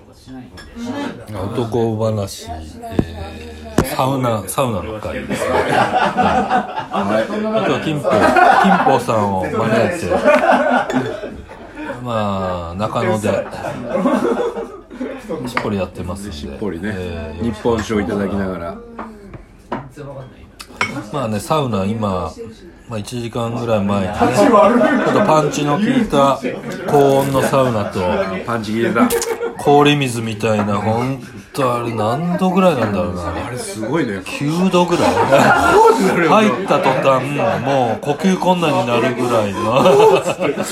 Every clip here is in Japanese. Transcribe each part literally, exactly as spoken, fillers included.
男話、えー、サウナサウナの会ですね、はい、あとは金峰金峰さんを招いてまあ中野でしっぽりやってますんで、 しっぽりね、 えー、日本酒をいただきながらまあね、サウナ今、まあ、いちじかんぐらい前にね、ちょっとパンチの効いた高温のサウナとパンチ入れた氷水みたいな、ほんとあれ何度ぐらいなんだろうな、 あれすごいね、 きゅうどぐらい入った途端もう呼吸困難になるぐらいの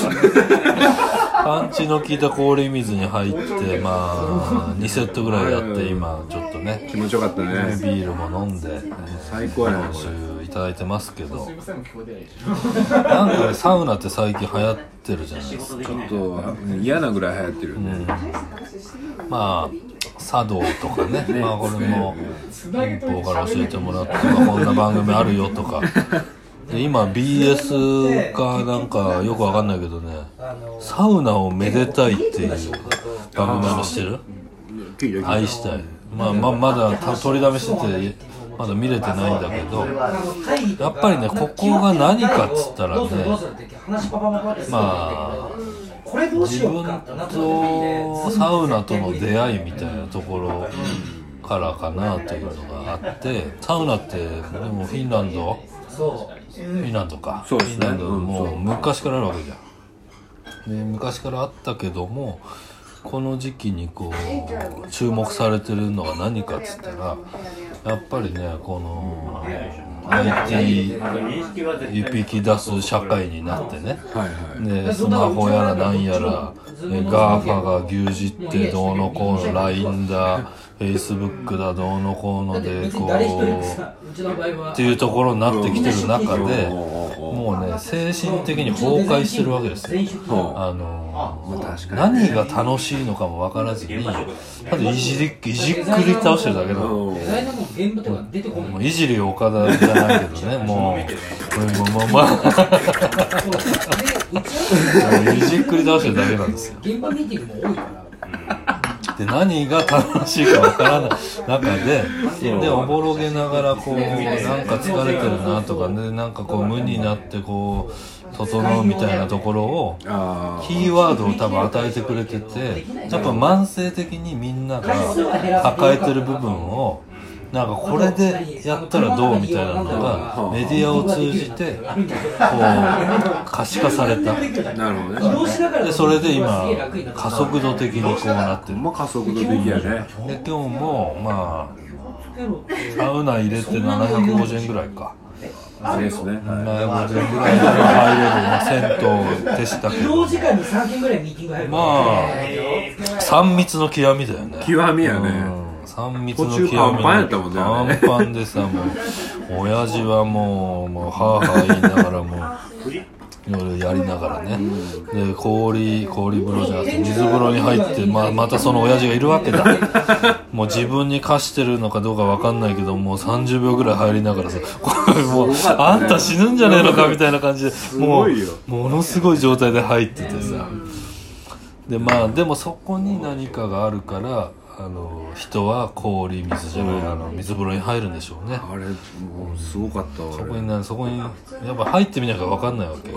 パンチの効いた氷水に入って、まあにセットぐらいやって、今ちょっとね気持ちよかったね、 ビールも飲んで最高やね、 今週いただいてますけど、なんかねサウナって最近流行ってるじゃないですか。 ちょっと嫌なぐらい流行ってるよね、 うん、まあ茶道とか ね, ねまあこれも民放から教えてもらってこんな番組あるよとかで、今 ビーエス かなんかよくわかんないけどね、サウナをめでたいっていう番組をしてる、愛したい、まあ、まあまだ取りだめしててまだ見れてないんだけど、やっぱりねここが何かっつったらね、まあ自分とサウナとの出会いみたいなところからかなというのがあって、サウナってでもフィンランドフィンランドか、 そうですね、 フィンランドもう昔からあるわけじゃん。で昔からあったけども、この時期にこう注目されてるのが何かっつったら、やっぱりねこの アイティー いびき出す社会になってね、 はいはい、 でスマホやらなんやらガーファが牛耳ってどうのこうの ライン だ Facebook だどうのこうのでこうっていうところになってきてる中で、もうね精神的に崩壊してるわけですよ。あの何が楽しいのかも分からずに、ただいじりいじっくり倒してるだけなの。もういじり岡田じゃないけどね、もうこれもまあまあいじっくり倒してるだけなんですよ。で何が楽しいかわからない中で、でおぼろげながらこうなんか疲れてるなとかね、なんかこう無になってこう整うみたいなところをキーワードを多分与えてくれてて、やっぱ慢性的にみんなが抱えてる部分をなんかこれでやったらどうみたいなのがメディアを通じてこう可視化された。 なるほどね。 でそれで今加速度的にこうなってる。 まあ加速度的やね。 で今日もまあサウナ入れてななひゃくごじゅうえんぐらいか。 そうですね。 ななひゃくごじゅうえんぐらいで入れる、まあ、銭湯でしたけど、まあさん密の極みだよね。 極みやね。 さん密の極み、 パンパンやったもんね。 パンパンでさ、もう親父はもうもうはぁはぁ言いながらもういろいろやりながらね、で氷氷風呂じゃなくて水風呂に入って、まあ、またその親父がいるわけだ。もう自分に課してるのかどうかわかんないけど、もうさんじゅうびょうぐらい入りながらさ、これもうあんた死ぬんじゃねえのかみたいな感じで、もうものすごい状態で入っててさ、でまあでもそこに何かがあるから、あの人は氷水じゃない、あの水風呂に入るんでしょうね。あれもうすごかったわ。 そこになそこにやっぱ入ってみなきゃ分かんないわけよ。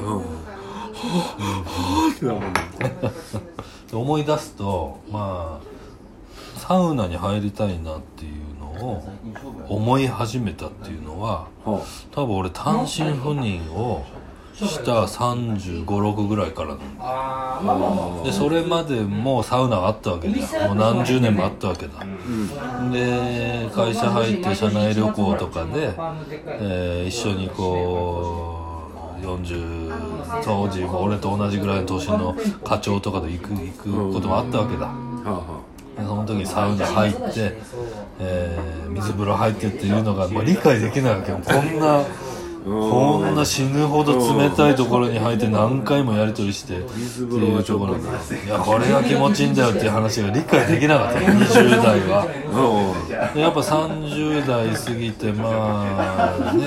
うん、思い出すと、まあサウナに入りたいなっていうのを思い始めたっていうのは、多分俺単身赴任をしたさんじゅうご、ろくぐらいからなんで、それまでもサウナがあったわけだ。もう何十年もあったわけだ、うん、で会社入って社内旅行とかで、えー、一緒にこうよんじゅう当時も俺と同じぐらいの年の課長とかで行く行くこともあったわけだ。でその時にサウナ入って、えー、水風呂入ってっていうのが、まあ、理解できないわけよ。こんなこんな死ぬほど冷たいところに入って何回もやり取りしてっていうところで、いやこれが気持ちいいんだよっていう話が理解できなかった。にじゅうだいはでやっぱさんじゅうだい過ぎて、まあね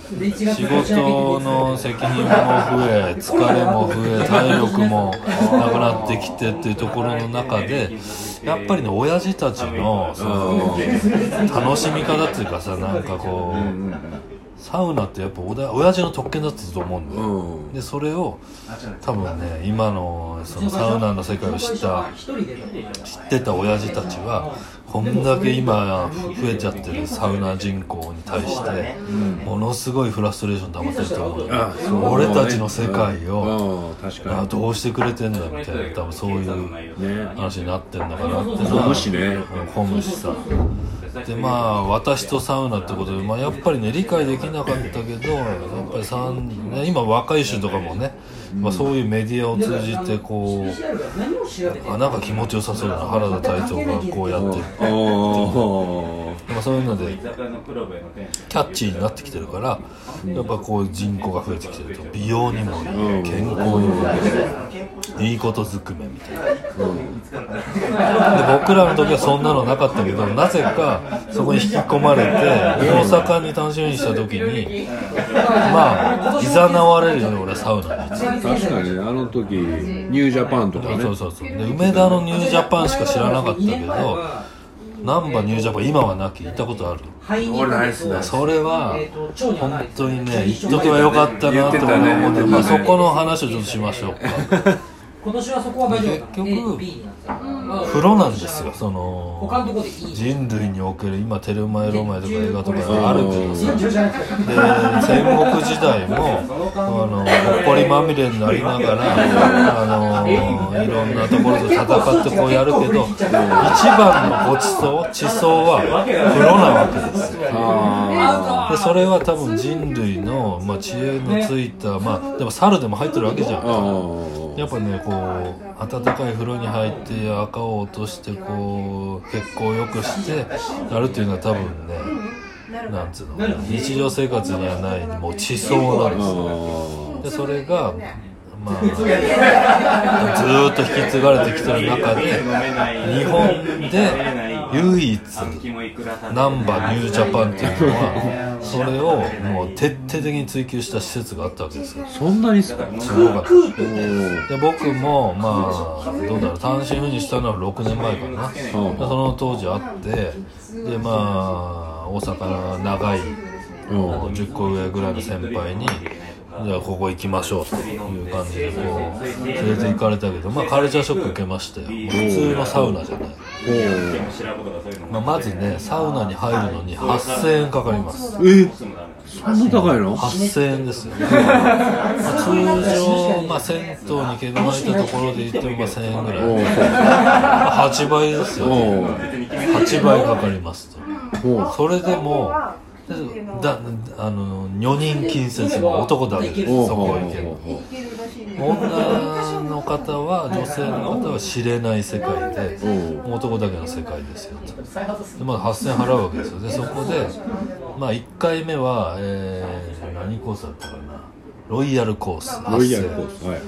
仕事の責任も増え疲れも増え体力もなくなってきてっていうところの中でやっぱりね親父たちのその楽しみ方っていうかさなんかこうサウナってやっぱ親父の特権だったと思うんだよでそれを多分ね今のそのサウナの世界を知った知ってた親父たちはこんだけ今増えちゃってるサウナ人口に対してものすごいフラストレーション溜まってると思うよ、うん、俺たちの世界をあどうしてくれてんだみたいな多分そういう話になってんだかなってのは混むしね混むしさでまあ私とサウナってことで、まあ、やっぱりね理解できなかったけどやっぱりさん今若い人とかもね、まあ、そういうメディアを通じてこうあなんか気持ちよさそうな原田泰造がこうやってるまあ、そういうのでキャッチーになってきてるからやっぱこう人口が増えてきてると美容にもいい健康にもいいいいことずくめみたいな、うん、で僕らの時はそんなのなかったけどなぜかそこに引き込まれて大阪に単身赴任した時にまあいざなわれるように俺はサウナに行って確かにねあの時ニュージャパンとかねそうそうそうで梅田のニュージャパンしか知らなかったけど難波ニュージャパン今はなき行ったことある俺ないっすねそれは本当にね行っとけばよかったなと思って、ねまあ、そこの話をちょっとしましょうか今年はそこは大丈夫結局風呂なんですよその人類における今テルマエロマエとか映画とかあるけどさで戦国時代もあのほっこりまみれになりながらあのいろんなところで戦ってこうやるけど一番のごちそう地層は風呂なわけですよでそれは多分人類の、まあ、知恵のついた、まあ、でも猿でも入ってるわけじゃんやっぱねこう温かい風呂に入って赤を落としてこう血行を良くしてやるっていうのは多分ねなんつうのかな日常生活にはないもう地層なんですよでそれがまあ、ずーっと引き継がれてきてる中で日本で唯一ナンバーニュージャパンっていうのはそれをもう徹底的に追求した施設があったわけですよそんなにすかすごかったで僕もまあどうだろう単身赴任したのはろくねんまえかな、うん、その当時あってでまあ大阪長いじゅっこ上ぐらいの先輩にじゃあここ行きましょうという感じでこう連れて行かれたけどまあカルチャーショック受けましたよ普通のサウナじゃない、まあ、まずねサウナに入るのにはっせんえんかかりますえそんな高いのはっせんえんですよ、まあ、通常、まあ、銭湯に毛が巻いたところで言ってもまあせんえんぐらい、まあ、はちばいですよねはちばいかかりますとそれでもだあの女人禁制する男だけですそこ行ける女の方は女性の方は知れない世界で男だけの世界ですよで、まあ、はっせんえん払うわけですよでそこで、まあ、いっかいめは、えー、何コースだったかなロイヤルコースロイヤルコース、はい、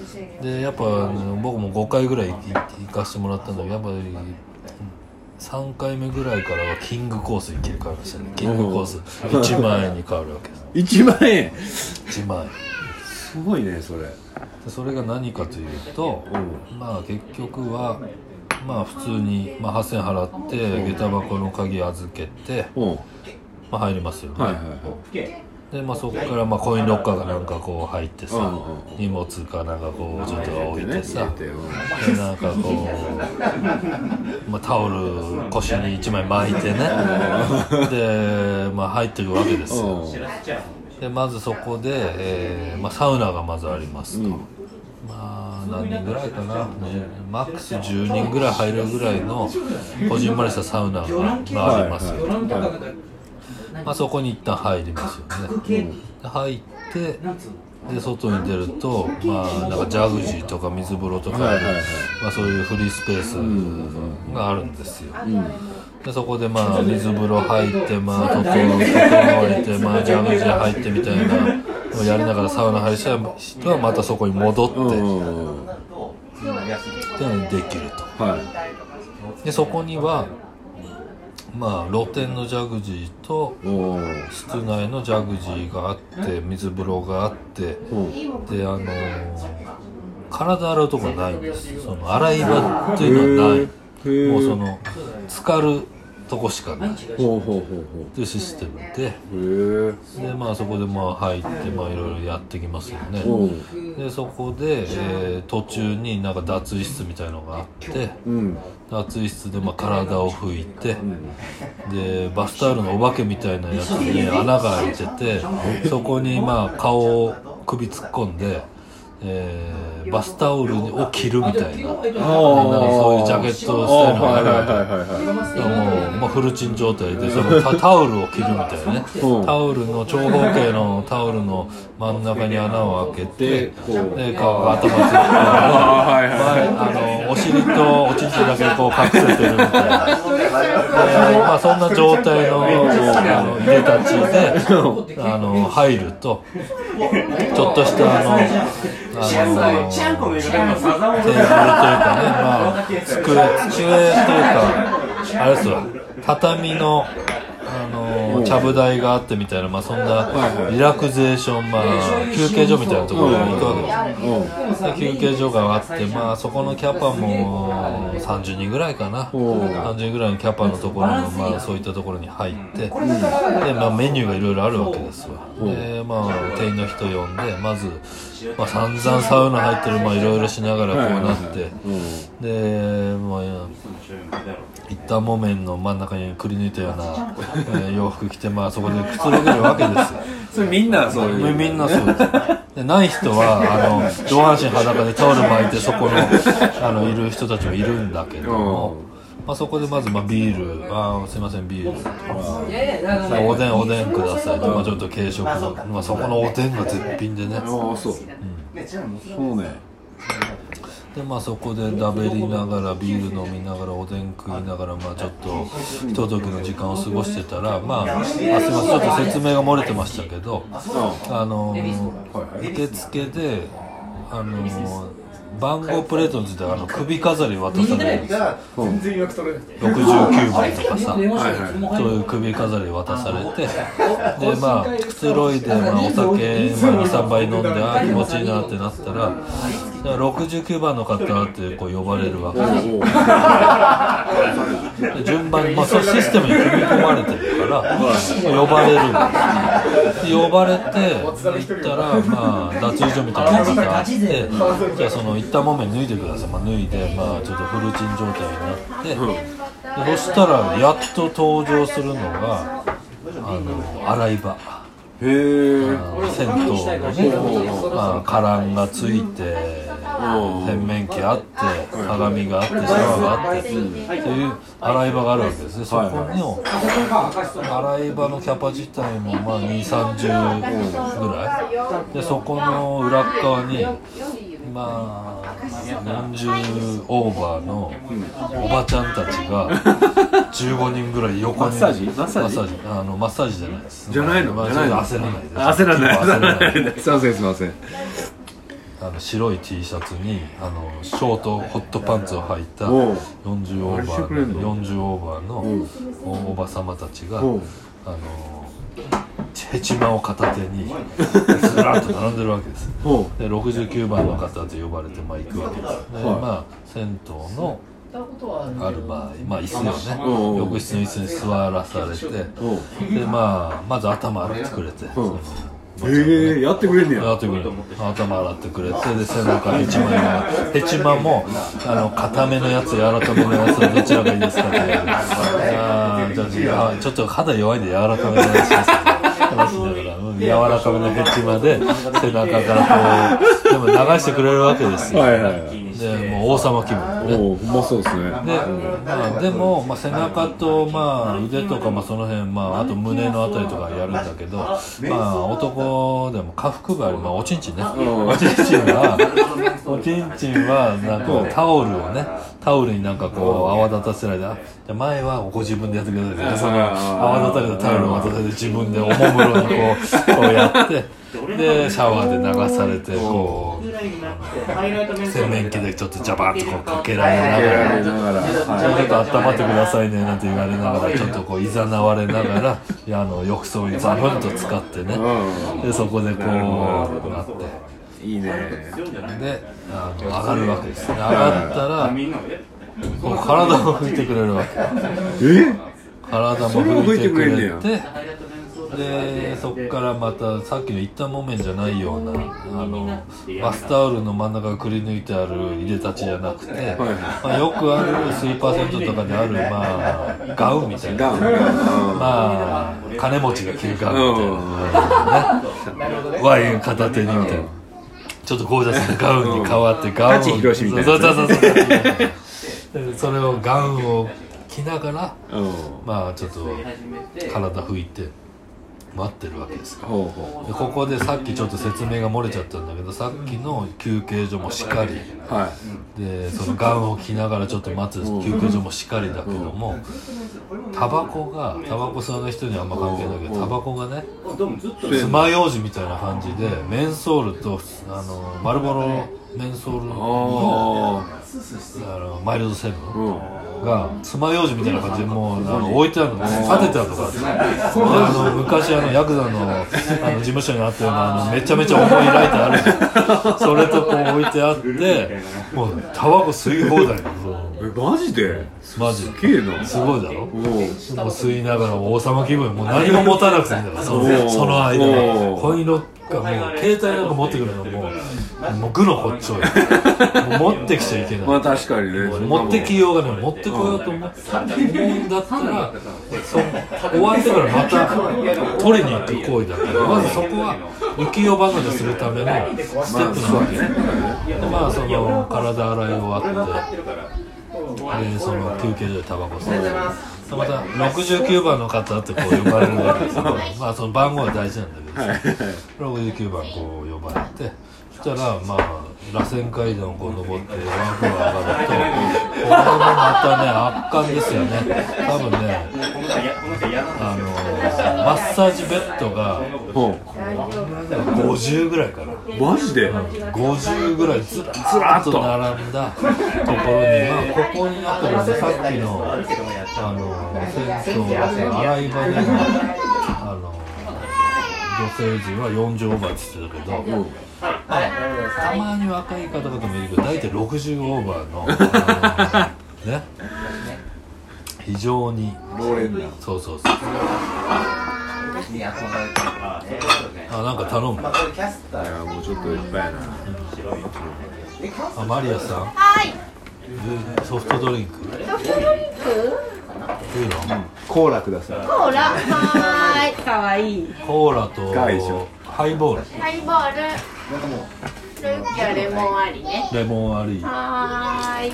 でやっぱ僕もごかいぐらい行かせてもらったんだけどやっぱりさんかいめぐらいからはキングコースに切り替わりましたねキングコースいちまんえんに変わるわけですいちまんえんいちまんえんすごいねそれでそれが何かというと、うん、まあ結局はまあ普通に、まあ、はっせんえん払って下駄箱の鍵預けて、うん、まあ入りますよね、はいはいはいでまあ、そこからまあコインロッカーがなんかこう入ってさ、うんうん、荷物かなんかこうちょっと置いてさでなんかこう、まあ、タオル腰にいちまい巻いてねで、まあ、入っていくわけですよでまずそこで、えーまあ、サウナがまずありますと、うん、まあ何人ぐらいかなマックスじゅうにんぐらい入るぐらいのこじんまりしたサウナが、まあ、ありますよ、はいはいまあ、そこに一旦入りますよね、うん、入ってで外に出ると、まあ、なんかジャグジーとか水風呂とか、はいはいはいまあ、そういうフリースペースがあるんですよ、うん、でそこでまあ水風呂入って、まあ、整えて、まあ、ジャグジー入ってみたいなのをやりながらサウナ入った人はまたそこに戻って、うん、っていうのにできると、はい、でそこにはまあ露天のジャグジーと室内のジャグジーがあって水風呂があってであの体洗うとこはないんです。その洗い場っていうのはない。もうその浸かるとこしかないっていうシステムで、でまあそこでまあ入ってまあいろいろやってきますよね。でそこで、えー、途中になんか脱衣室みたいのがあって、うん、脱衣室でまあ体を拭いて、うん、でバスタオルのお化けみたいなやつに穴が開いてて、そこにまあ顔を首突っ込んで。えー、バスタオルを着るみたいな、なんかそういうジャケットスタイルがあるわけ。もう、まあ、フルチン状態でその タ, タオルを着るみたいなね。タオルの長方形のタオルの真ん中に穴を開けて、で顔が頭ついてるあのお尻とおちんちんだけこう隠せてるみたいな。で、まあ、そんな状態のいでたちであの入るとちょっとしたあのあのー、テーブルというかね、まあ、机、机というか、あれですわ、畳の、あのー、ちゃぶ台があってみたいな、まあ、そんなリラクゼーション、まあ、休憩所みたいなところに行くわけです。で休憩所があって、まあ、そこのキャパもさんじゅうにんぐらいかな、さんじゅうにんぐらいのキャパのところの、まあ、そういったところに入って、で、まあ、メニューがいろいろあるわけですわ。で、まあ、店員の人呼んで、まず、まあ、散々サウナ入ってる、まあ、いろいろしながらこうなって、で、まあ、一旦木綿の真ん中にくり抜いたような、えー、洋服着て、まあ、そこでくつろげるわけですよ。 それみんなそういう。 みんなそうです。でない人はあの上半身裸でタオル巻いてそこのあのいる人たちもいるんだけども、まあ、そこでまずまあビール、あすいませんビール、まあ、おでんおでんくださいと、まあ、ちょっと軽食、まあ、そこのおでんが絶品でね。ああそう、うん、そうね。でまあそこでだべりながらビール飲みながらおでん食いながら、まあちょっとひとときの時間を過ごしてたら、まあ、あすいませんちょっと説明が漏れてましたけど、あの受付であの番号プレートについてあの首飾り渡されるんですよ。ろくじゅうきゅうばんとかさ、そういう首飾り渡されて、でまあくつろいで、まあ、お酒、まあ、にさんばい飲んで、ああ気持ちいいなってなったら、ろくじゅうきゅうばんの方ってこう呼ばれるわけです。順番に、まあ、そうシステムに組み込まれてるから呼ばれるんです。呼ばれて行ったら、まあ、脱衣所みたいなのがあって、じゃあその一旦木綿脱いでください、まあ、脱いで、まあ、ちょっとフルチン状態になって、でそしたらやっと登場するのがあの洗い場。へー、銭湯のね、まあ、カランがついて洗面器あって鏡があってシャワーがあってっていう洗い場があるわけですね。そこの洗い場のキャパ自体もまあにじゅう、さんじゅうぐらいで、そこの裏側にまあよんじゅうオーバーのおばちゃんたちがじゅうごにんぐらい横にマッサージマッサージあのマッサージじゃないですじゃないの、 まあ、焦らないで焦らない焦らないすいませんすいません。 あの白い T シャツにあのショートホットパンツを履いたよんじゅうオーバーのよんじゅうオーバーのおばさまたちがあのヘチマを片手にずらっと並んでるわけです。でろくじゅうきゅうばんの方と呼ばれてまあ行くわけです。で、まあ銭湯のある場合、まあ椅子よね、浴室の椅子に座らされて、でまあまず頭洗ってくれて、 えー、やってくれんねや。 やってくれる。頭洗ってくれて、で背中ヘチマがヘチマもあの固めのやつ柔らかめのやつどちらがいいですかって言われる。ああじゃあちょっと肌弱いんで柔らかめのやつです。話しながら、うん、柔らかめのヘチマで背中からこうでも流してくれるわけですよ。はいはいはい、でもう王様気分でね。 おうまそうですね。で、 まあ、でも、まあ、背中と、まあ、腕とか、まあ、その辺、まあ、あと胸のあたりとかやるんだけど、まあ、男でも下腹部ある、まあ、おちんちんね。おちんちんはおちんちんはなんかタオルをねタオルになんかこう泡立たせられて、前はご自分でやってください、その泡立たれたタオルを渡されて自分でおもむろにこうこうやってでシャワーで流されてこう洗面器でちょっとジャバッとこうかけられながら、ちょっと温まってくださいねなんて言われながら、ちょっとこういざなわれながら、いやあの浴槽にザブンと使ってね、でそこでこうなって。 いいね。 で、あの上がるわけですね。上がったら、こう体も拭いてくれるわけ。 え？ 体も拭いてくれて、で、そこからまたさっきの一旦木綿じゃないようなあのバスタオルの真ん中がくり抜いてあるいでたちじゃなくて、はいまあ、よくあるスーパー銭湯とかである、まあ、ガウンみたいな、まあ金持ちが着るガウンみたいな、ね、ワイン片手にみたいな。ちょっとゴージャスなガウンに変わってガウンを舘ひろしみたいな、 そうそうそうそうそれをガウンを着ながらまあちょっと体拭いて待ってるわけですよ。ほうほうでここでさっきちょっと説明が漏れちゃったんだけど、さっきの休憩所もしかり、はい、でそのガウンを着ながらちょっと待つ休憩所もしかりだけども、タバコがタバコ吸わない人にはあんま関係ないけど、タバコがね爪楊枝みたいな感じでメンソールとあのマルボロメンソールのあのマイルドセブンが爪楊枝みたいな感じでもうあの置いてあるの、立ててあるとかあの昔あのヤクザのあの事務所にあったようなあのめちゃめちゃ重いライターあるじゃんそれとこう置いてあってもうタバコ吸い放題えマジでマジすげえな、 すごいだろ。もう吸いながら王様気分もう何も持たなくていいんだからその、その間に恋のがもう携帯なんか持ってくるのもうもう具のほっちょいもう持ってきちゃいけない。 まあ確かにね、 持ってきようがね持ってこようと思った思うんだったらそ終わってからまた取りに行く行為だから、まずそこは浮世離れするためのステップなわけね。でまあその体洗い終わってでその休憩所でタバコ吸ってまたろくじゅうきゅうばんの方ってこう呼ばれるわけですけどまあその番号が大事なんだけど、はい、ろくじゅうきゅうばんこう呼ばれてそしたらまあ螺旋階段をこう登ってワンフロア上がるとこれもまたね圧巻ですよね。多分ねあのマッサージベッドがごじゅうぐらいかな。 マジでごじゅうぐらいずらっと並んだところにはここにあったらねさっきのあの銭湯洗い場でのあの女性陣はよんじゅうオーバーって言ってたけど、うんたまに若い方々もいるけど大体ろくじゅうオーバーの、あのね非常にローレンだ。 そうそうそうあなんか頼む。いやもうちょっといっぱいやな、 あマリアさんはいソフトドリンクソフトドリンクいいの、うん、 コーラください。 コーラはーいかわいいコーラとハイボールハイボールルッキャレモンありね。 レモンありはーい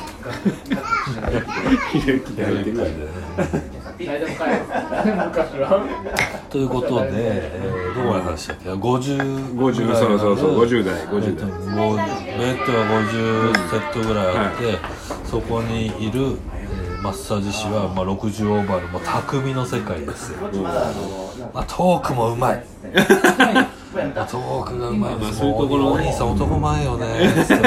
ということで、えー、どこまで話したっけごじゅうごじゅうそうそうそうごじゅう代ごじゅう代ベッドがごじゅうセットぐらいあって、はい、そこにいる、えー、マッサージ師は、まあ、ろくじゅうオーバーのもう匠の世界ですよ、うんまあ、トークもうまいトークがうまい、まあ、そういうところお兄さん男前よねって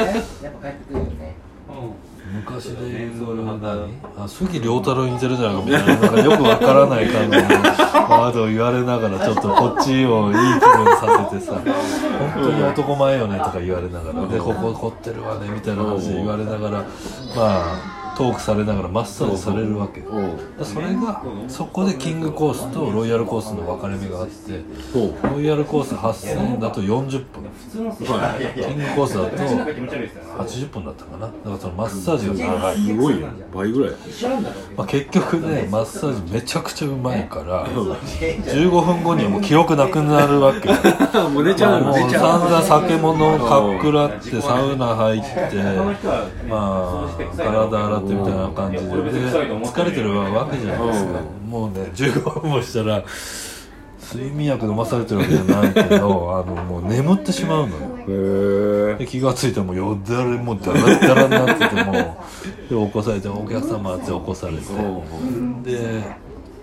昔で言う何あ杉良太郎に似てるんじゃないかみたいな、なんかよくわからない感じのワードを言われながらちょっとこっちをいい気分させてさ本当に男前よねとか言われながらでここ凝ってるわねみたいな感じで言われながらまあトークされながらマッサージされるわけ。それがそこでキングコースとロイヤルコースの分かれ目があってロイヤルコースはっせんえんだとよんじゅっぷん、はい、キングコースだとはちじゅっぷんだったかな。だからそのマッサージが長いすごいよ倍ぐらい、 まあ、結局ねマッサージめちゃくちゃうまいからじゅうごふんごにはもう記憶なくなるわけもう寝ちゃうもう散々酒物をかっくらってサウナ入ってまあ体洗ってみたいな感じで、で疲れてるわけじゃないですか。もうねじゅうごふんもしたら睡眠薬飲まされてるわけじゃないけどあのもう眠ってしまうのよ。へで気がついてもよだれもダラダラになっててもで起こされてお客様って起こされてで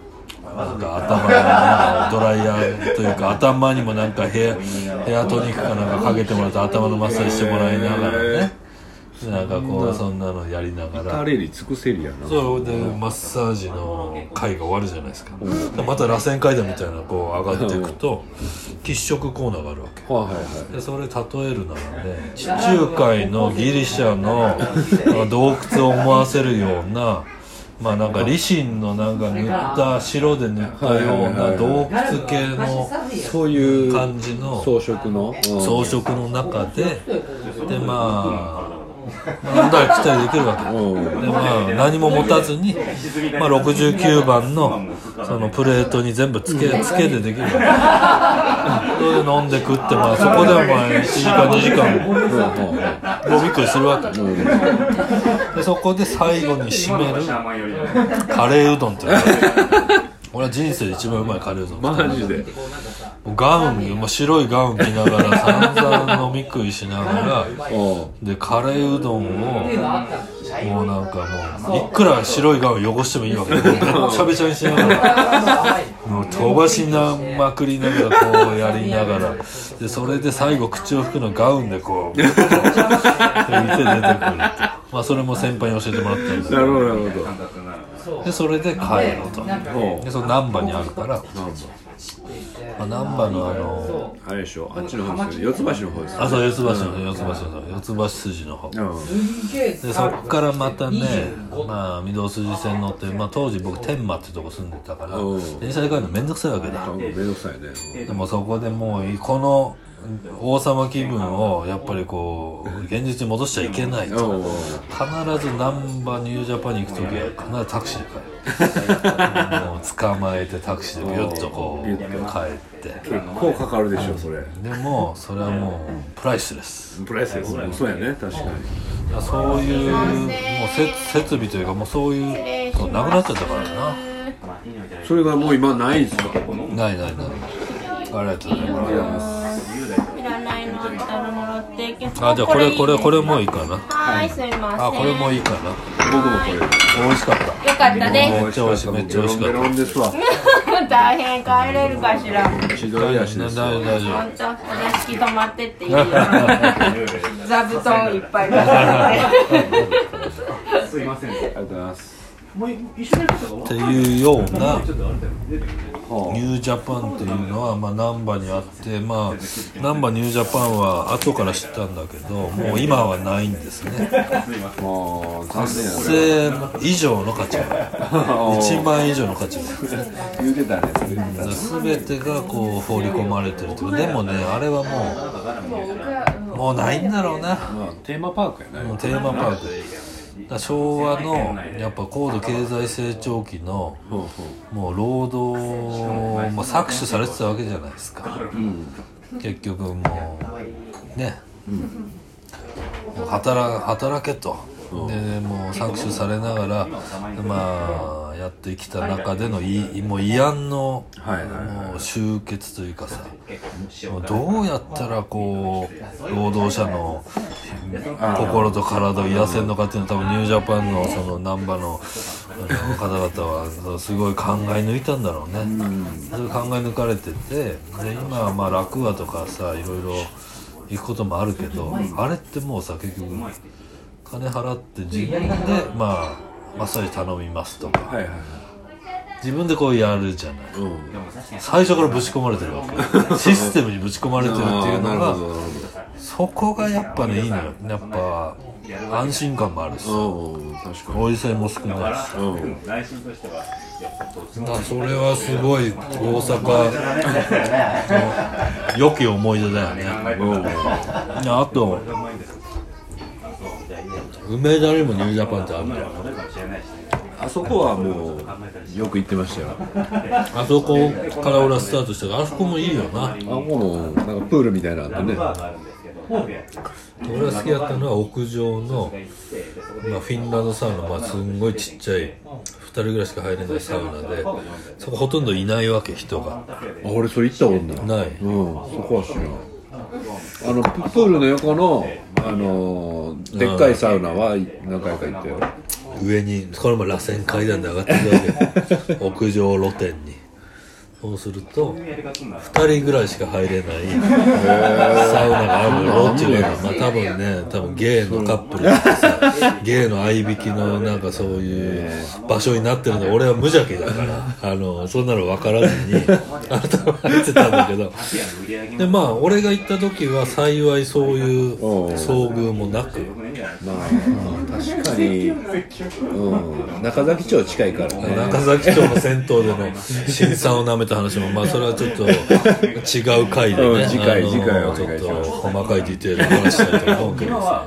なんか頭になんかドライヤーというか頭にもなんかヘア、ヘアトニックかなんかかけてもらって頭のマッサージしてもらいながらねなんかこうそんなのやりながら至れり尽くせりやな。 そうでマッサージの回が終わるじゃないですか、うん、でまた螺旋階段みたいなこう上がっていくと喫食コーナーがあるわけ、はいはいはい、でそれ例えるならね地中海のギリシャの洞窟を思わせるようなまあなんかリシンのなんか塗った白で塗ったような洞窟系のそういう感じの装飾の装飾の中ででまあなんだら来たりできるわけで、まあ、何も持たずに、まあ、ろくじゅうきゅうばん の, そのプレートに全部つけつけでできるわけそれで飲んで食って、まあ、そこでもまあいちじかんにじかんごびっくりするわけでそこで最後に締めるカレーうどんっていうの俺は人生で一番うまいカレーうどんマジでガウン、もう白いガウン着ながら散々飲み食いしながらでカレーうどんをもうなんかもういくら白いガウン汚してもいいわけでべっちゃべちゃにしながらもう飛ばしなまくりながらこうやりながらでそれで最後口を拭くのガウンでこう拭いて出てくるってまあそれも先輩に教えてもらったんですけどなるほどなるほどでそれで帰るとでその難波にあるからまあ、難波のあのあれでしょあっちの方ですよ四つ橋の方ですよあそう四つ橋の四つ橋の四つ橋筋の方、うん、でそっからまたねまあ御堂筋線乗って、まあ、当時僕天満ってとこ住んでたから電車で帰るのめんどくさいわけだめんどくさいねでもそこでもうこの王様気分をやっぱりこう現実に戻しちゃいけないと必ず難波ニュージャパンに行くときは必ずタクシーで帰るもう捕まえてタクシーでビュッとこう帰って結構かかるでしょそれでもそれはもうプライスレスプライスレスそうやね確かにそういうもう設備というかもうそういうのなくなっちゃったからなそれがもう今ないんですかないないないありがとうございますあ、じゃあこれこれこれもいいかなはいすいませんあ、これもいいかな僕もこれ美味しかったよかったですめっちゃ美味しいめっちゃ美味しかったベロンですわ大変帰れるかしら千鳥足です大丈夫大丈夫本当お座敷泊まってっていいよ座布団いっぱい出してすいませんありがとうございますっていうようなニュージャパンっていうのはまあ難波にあってまあ難波ニュージャパンは後から知ったんだけどもう今はないんですねはっせん以上の価値がいちまん以上の価値が言うてたね全てがこう放り込まれてるとでもねあれはもうもうないんだろうな、まあ、 テーマパークやねテーマパーク昭和のやっぱ高度経済成長期のもう労働も搾取されてたわけじゃないですか、うん、結局もうね、うん、もう 働, 働けとでもう搾取されながらまあやってきた中でのいもう慰安の、はいはいはい、もう集結というかさもうどうやったらこう労働者の心と体を癒せるのかっていうのは多分ニュージャパンのその難波の方々はすごい考え抜いたんだろうね、うん、それ考え抜かれててで今はまあ楽和とかさいろいろ行くこともあるけどあれってもうさ結局金払って自分でまあマッサージ頼みますとか、はいはいはい、自分でこうやるじゃない、うん、最初からぶち込まれてるわけシステムにぶち込まれてるっていうのがそこがやっぱねいいのよやっぱ安心感もあるしお伊勢も少ないし、うん、だそれはすごい大阪の良き思い出だよね、うん、あと梅田にもニュージャパンってあるんだよあそこはもうよく行ってましたよあそこから俺はスタートしたからあそこもいいよなあそこもなんかプールみたいなのあってね俺が好きだったのは屋上の、まあ、フィンランドサウナ、まあ、すんごいちっちゃいふたりぐらいしか入れないサウナでそこほとんどいないわけ人があ俺それ行ったことないない、 うん、そこは知らんあのプールの横の、あのー、でっかいサウナは何回か行ったよ上にこれも螺旋階段で上がっていくわけ屋上露天に。そうするとふたりぐらいしか入れないサウナがあるロッジがある。まあ多分ね、多分ゲイのカップルとかさ、ゲイの合いびきのなんかそういう場所になってるの。俺は無邪気だからあのそんなの分からずにあなたは入ってたんだけど、でまあ俺が行った時は幸いそういう遭遇もなく、 まあ、確かに、うん、中崎町近いからね。 中崎町の銭湯での辛酸をなめた話もまあそれはちょっと違う回でね、 うん、次回次回ちょっと細かいディテールを話したいと思うけどさ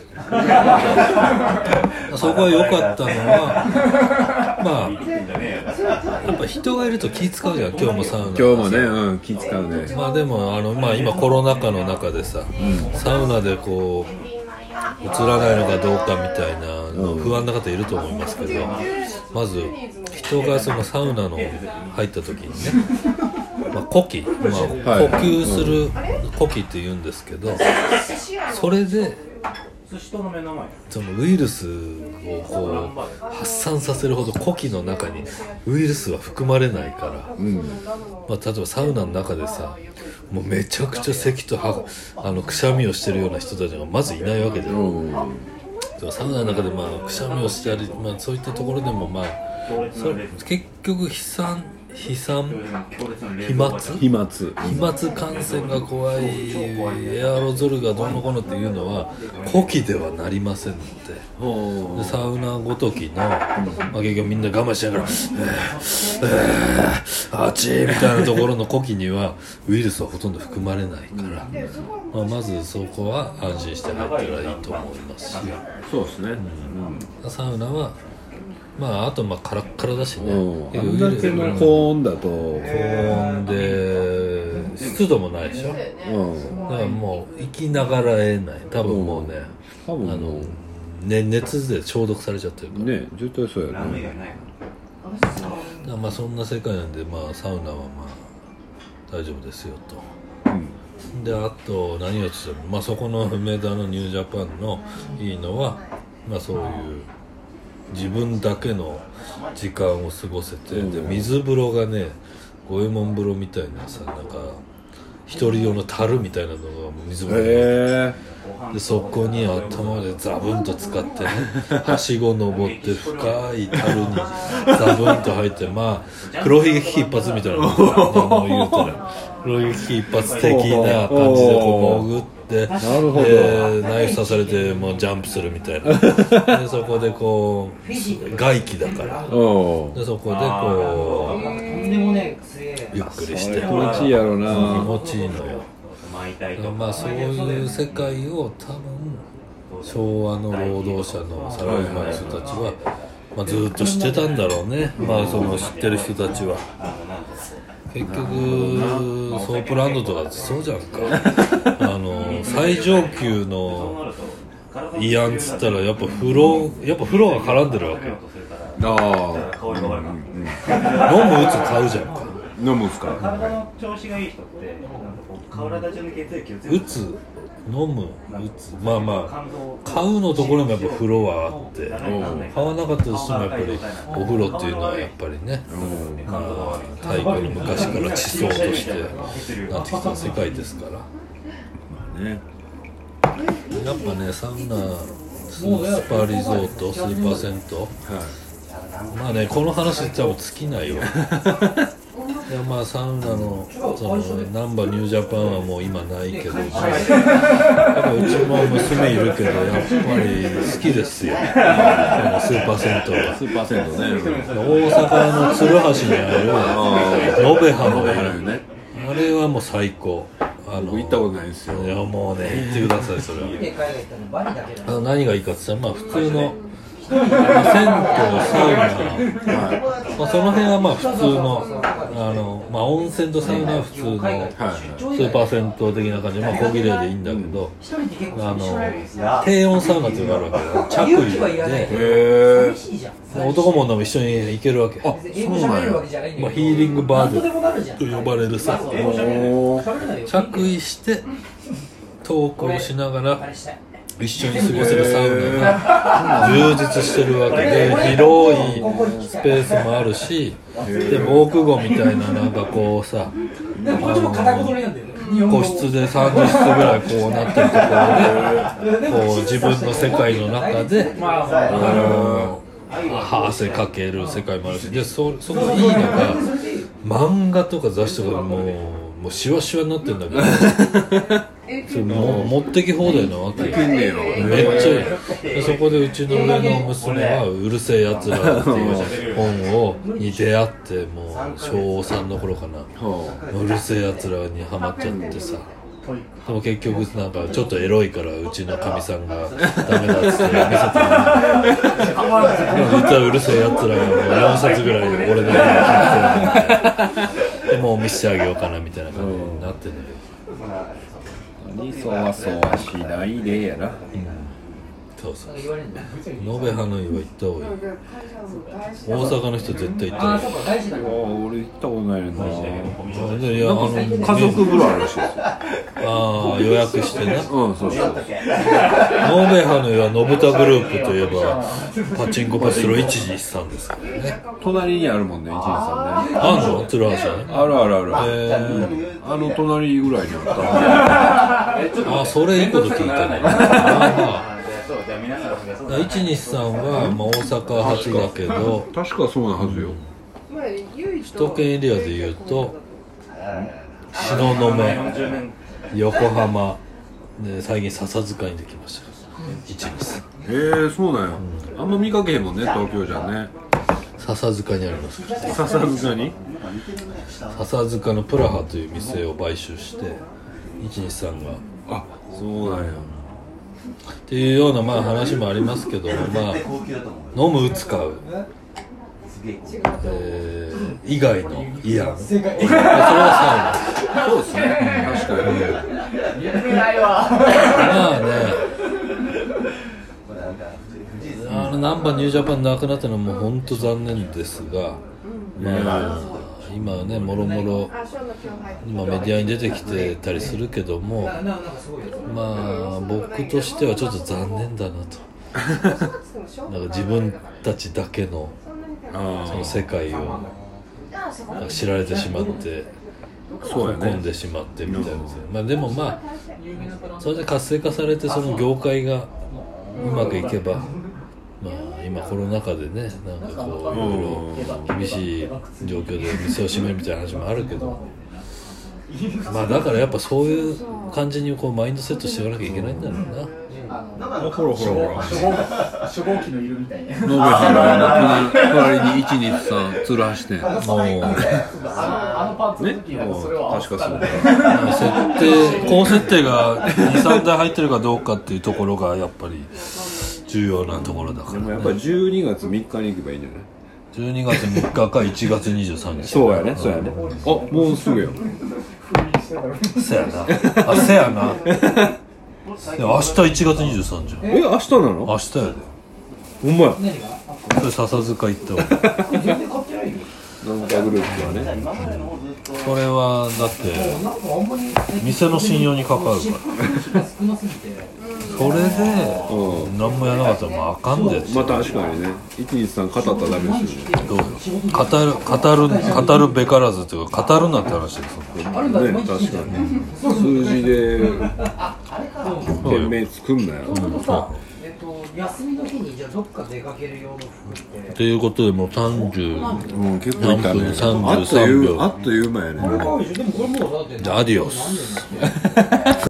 そこは良かったのはまあやっぱ人がいると気使うじゃん。今日もサウナ今日もね、うん、気使うね。 まあでもあの、まあ、今コロナ禍の中でさ、うん、サウナでこう映らないのかどうかみたいなの不安な方いると思いますけど、まず人がそのサウナの入った時にね、まあ、呼吸、まあ、呼吸する呼吸って言うんですけど、それでそのウイルスをこう発散させるほど呼吸の中にウイルスは含まれないから、うんまあ、例えばサウナの中でさもうめちゃくちゃ咳とはあのくしゃみをしてるような人たちがまずいないわけじゃん、うん、でもサウナの中でまあくしゃみをしたり、まあ、そういったところでもまあそれ結局飛散飛散飛沫飛沫飛沫感染が怖いエアロゾルがどうのこうのっていうのは呼吸ではなりませんので、でサウナごときの、まあ、結局みんな我慢しながら「えーえー、あっち」みたいなところの呼吸にはウイルスはほとんど含まれないから、まあ、まずそこは安心して入ったらいいと思いますし、 そうですね、 うん、サウナはまああとまあカラッカラだしね、 あんだけの高温だと高温で湿度もないでしょ、うん、だからもう生きながらえない多分もうね、 多分あの、ね、熱で消毒されちゃってるからね、絶対そうやね。 だからまあそんな世界なんで、まあサウナはまあ大丈夫ですよと、うん、であと何をつっても、まあ、そこの梅田のニュージャパンのいいのは、まあ、そういう自分だけの時間を過ごせて、で水風呂がね五右衛門風呂みたいなさ、なんか一人用の樽みたいなのが水風呂で、そこに頭でザブンと使ってねはしご登って深い樽にザブンと入って、まあ黒ひげ危機一髪みたいなのを言うとね、黒ひげ危機一髪的な感じでこう潜ってで、なるほど、えー、ナイフ刺されてもうジャンプするみたいなでそこでこう外気だからでそこでこうゆっくりして気持ちいいやろうな、 気持ちいいのよ。まあそういう世界を多分昭和の労働者のサラリーマンの人たちは、まあ、ずっと知ってたんだろうね、まあその知ってる人たちは。結局ソープランドとかそうじゃんかあの最上級の慰安っつったらやっぱ風呂やっぱ風呂が絡んでるわけよ。ああ、うんうん、飲む打つ買うじゃんか。 飲むっすか。 体の調子がいい人って体中の血液を打つ飲む打つまあまあ買うのところもやっぱ風呂はあって、買わなかったとしてもやっぱりお風呂っていうのはやっぱりね、まあ、太古の昔から地層としてなってきた世界ですから、まあね、やっぱねサウナスーパーリゾートスーパー銭湯、はい、まあねこの話多分尽きないよいやまあサウナのそのナンバーニュージャパンはもう今ないけど、やっぱうちも娘いるけどやっぱり好きですよこのスーパー銭湯は。 スーパー銭湯ね、 大阪の鶴橋にある延べ葉のね、あれはもう最高。 あの行ったことないんですよ。 いやもうね行ってくださいそれは。あの何がいいかって言ったらまあ普通の銭湯、サウナ、はいまあ、その辺はまあ普通の、あの、まあ、温泉とサウナは普通のスーパー銭湯的な感じで、まあ、小切れでいいんだけど、あの低温サウナっていうのがあるわけよ。着衣で男も女も一緒に行けるわけ。あ、そうなんや。まあ、ヒーリングバーと呼ばれるさ、着衣してトークをしながら一緒に過ごせるサウナが充実してるわけで、広いスペースもあるし、で防空壕みたいななんかこうさ、あの個室でさんじゅっ室ぐらいこうなってるところで、こう自分の世界の中で、あの汗かける世界もあるし、で そ, そこいいのが漫画とか雑誌とかもうもうシワシワになってるんだけどそれもう持ってき放題なわけよ。めっちゃいい。でそこでうちの上の娘は「うるせえやつら」っていう本をに出会って、もう小さんの頃かな、うるせえやつらにハマっちゃってさ。でも結局なんかちょっとエロいからうちのかみさんがダメだっつって見せてもらって実はうるせえやつらがもうよんさつぐらい俺の家に買ってでもう見せてあげようかなみたいな感じになってんだけど、 何そわそわしないでやな、うん、 そうそうそう。延べハノイは行った方がいい。大阪の人絶対行った方がいい。 ああ、俺行ったことないねんな。 いや、あの家族風呂あるらしいですよ。 ああ、予約してね。 うん、そうそう。 延べハノイはのぶたグループといえばパチンコパチスロ一時一さんですからね。 隣にあるもんね、一時さんね。 あんの？鶴橋はね。 あるあるある。 えー、あの隣ぐらいにあった。 ああ、それいいこと聞いたね。まあまあいちにちさんは、まあ、大阪発だけど確かそうなはずよ。 首都圏エリアでいうと東雲、横浜で最近笹塚にできましたいちにちさん。 へえー、そうなんや、うん、あんま見かけへんもんね、東京じゃね。 笹塚にあります。 笹塚に笹塚のプラハという店を買収していちにちさんが、 あ、そうなんやっていうようなまあ話もありますけど、まあ飲む打つ買う、えー、以外のイアン、それはサウナ。 そうですね、確かに。 まあね、あのナンバーニュージャパンなくなったのも本当残念ですが、まあ今はね、もろもろ今メディアに出てきてたりするけども、まあ僕としてはちょっと残念だなとなんか自分たちだけのその世界を知られてしまって込んでしまってみたいな、まあでもまあそれで活性化されてその業界がうまくいけば、まあ今コロナ禍でね、なんかこういろいろ厳しい状況で店を閉めるみたいな話もあるけど、まあだからやっぱそういう感じにこうマインドセットしていかなきゃいけないんだろうな。 ほらほらほら、 初号機のいるみたいな。 延べハの隣にいちにちさん鶴橋店。 あのパンツの時はそれは確かそう。 設定高設定がにさんだい入ってるかどうかっていうところがやっぱり重要なところだから、ね、 でもやっぱりじゅうにがつみっかに行けばいいんじゃない？ じゅうにがつみっかかいちがつにじゅうさんにち。 そうやね、そうやね。あ、もうすぐや。 せやな。あ、せやな。で明日いちがつにじゅうさんじゃん。 え、明日なの？ 明日やで。 ほんまや。 それ笹塚行ったわ。 なんかグループはね。 それはだって店の信用に関わるから。それで何もやらなかったらまああかんで。 まあ確かにね、いちにちさん語ったらダメですよね。 どうよ。語る語る語るべからずというか語るなって話ですよね。 確かに。数字で店名作んなよ。 うん、そう休みの日にじゃあどっか出かける用の服って。 ということでもうさんじゅううん、結構いったね。 さんじゅうさんびょう。 あっという間やね。 じゃあアディオス。